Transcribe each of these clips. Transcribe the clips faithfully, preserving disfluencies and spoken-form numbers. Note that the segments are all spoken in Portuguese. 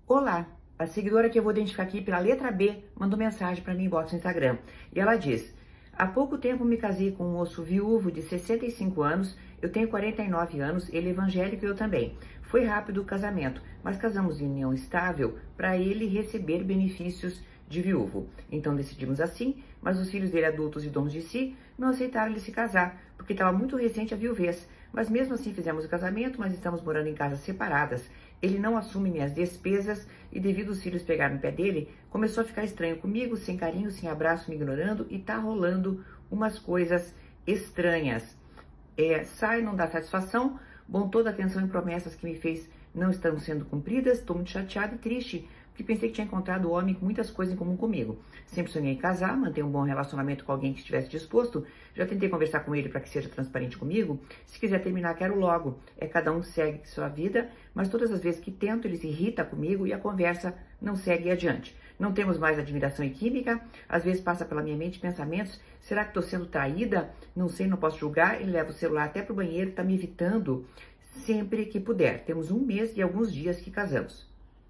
Olá, a seguidora que eu vou identificar aqui pela letra B mandou mensagem para mim em box no Instagram. E ela diz: há pouco tempo me casei com um moço viúvo de sessenta e cinco anos, eu tenho quarenta e nove anos, ele é evangélico e eu também. Foi rápido o casamento, mas casamos em união estável para ele receber benefícios de viúvo. Então decidimos assim, mas os filhos dele, adultos e donos de si, não aceitaram ele se casar, porque estava muito recente a viuvez. Mas mesmo assim fizemos o casamento, mas estamos morando em casas separadas. Ele não assume minhas despesas e, devido os filhos pegarem no pé dele, começou a ficar estranho comigo, sem carinho, sem abraço, me ignorando, e tá rolando umas coisas estranhas. É, sai, não dá satisfação, bom, toda a atenção e promessas que me fez não estão sendo cumpridas, estou muito chateada e triste, porque pensei que tinha encontrado um homem com muitas coisas em comum comigo. Sempre sonhei em casar, manter um bom relacionamento com alguém que estivesse disposto. Já tentei conversar com ele para que seja transparente comigo. Se quiser terminar, quero logo. É cada um segue sua vida, mas todas as vezes que tento, ele se irrita comigo e a conversa não segue adiante. Não temos mais admiração e química. Às vezes passa pela minha mente pensamentos: será que estou sendo traída? Não sei, não posso julgar. Ele leva o celular até para o banheiro, está me evitando sempre que puder. Temos um mês e alguns dias que casamos.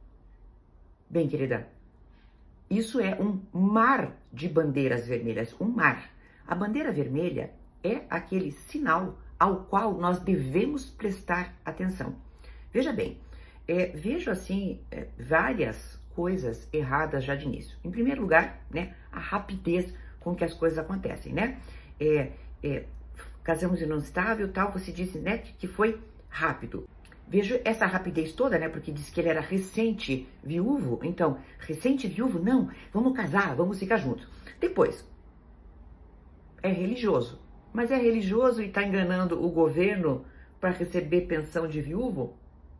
Bem, querida, isso é um mar de bandeiras vermelhas, um mar. A bandeira vermelha é aquele sinal ao qual nós devemos prestar atenção. Veja bem, é, vejo assim é, várias coisas erradas já de início. Em primeiro lugar, né, a rapidez com que as coisas acontecem, né? É, é, casamos em união estável, tal, você disse, né, que foi rápido. Vejo essa rapidez toda, né? Porque disse que ele era recente viúvo. Então, recente viúvo, não, vamos casar, vamos ficar juntos. Depois, é religioso. Mas é religioso e está enganando o governo para receber pensão de viúvo?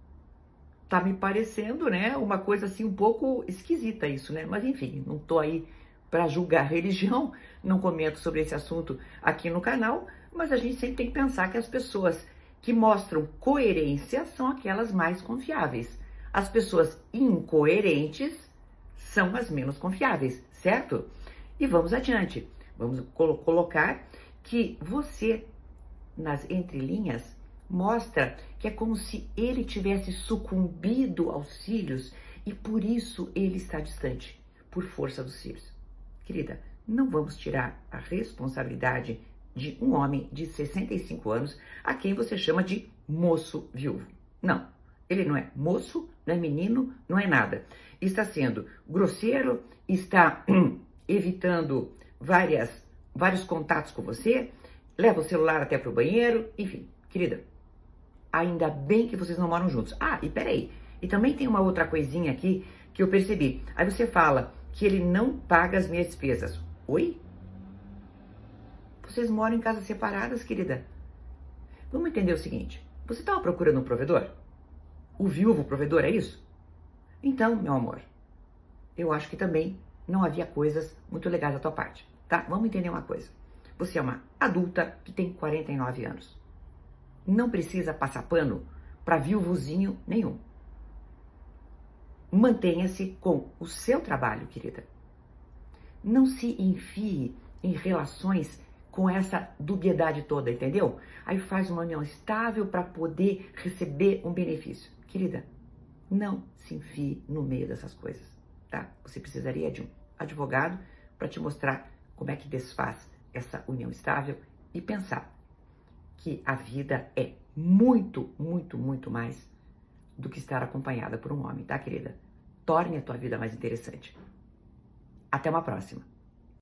Tá me parecendo, né? Uma coisa assim um pouco esquisita isso, né? Mas enfim, não tô aí para julgar a religião, não comento sobre esse assunto aqui no canal, mas a gente sempre tem que pensar que as pessoas que mostram coerência são aquelas mais confiáveis. As pessoas incoerentes são as menos confiáveis, certo? E vamos adiante. Vamos colo- colocar que você, nas entrelinhas, mostra que é como se ele tivesse sucumbido aos filhos e por isso ele está distante, por força dos filhos. Querida, não vamos tirar a responsabilidade de um homem de sessenta e cinco anos a quem você chama de moço viúvo. Não, ele não é moço, não é menino, não é nada. Está sendo grosseiro, está evitando várias, vários contatos com você, leva o celular até para o banheiro, enfim, querida, ainda bem que vocês não moram juntos. Ah, e peraí, e também tem uma outra coisinha aqui que eu percebi. Aí você fala que ele não paga as minhas despesas. Oi? Vocês moram em casas separadas, querida. Vamos entender o seguinte. Você estava procurando um provedor? O viúvo provedor, é isso? Então, meu amor, eu acho que também não havia coisas muito legais da tua parte, tá? Vamos entender uma coisa. Você é uma adulta que tem quarenta e nove anos. Não precisa passar pano para viúvozinho nenhum. Mantenha-se com o seu trabalho, querida. Não se enfie em relações com essa dubiedade toda, entendeu? Aí faz uma união estável para poder receber um benefício. Querida, não se enfie no meio dessas coisas, tá? Você precisaria de um advogado para te mostrar como é que desfaz essa união estável e pensar que a vida é muito, muito, muito mais do que estar acompanhada por um homem, tá, querida? Torne a tua vida mais interessante. Até uma próxima.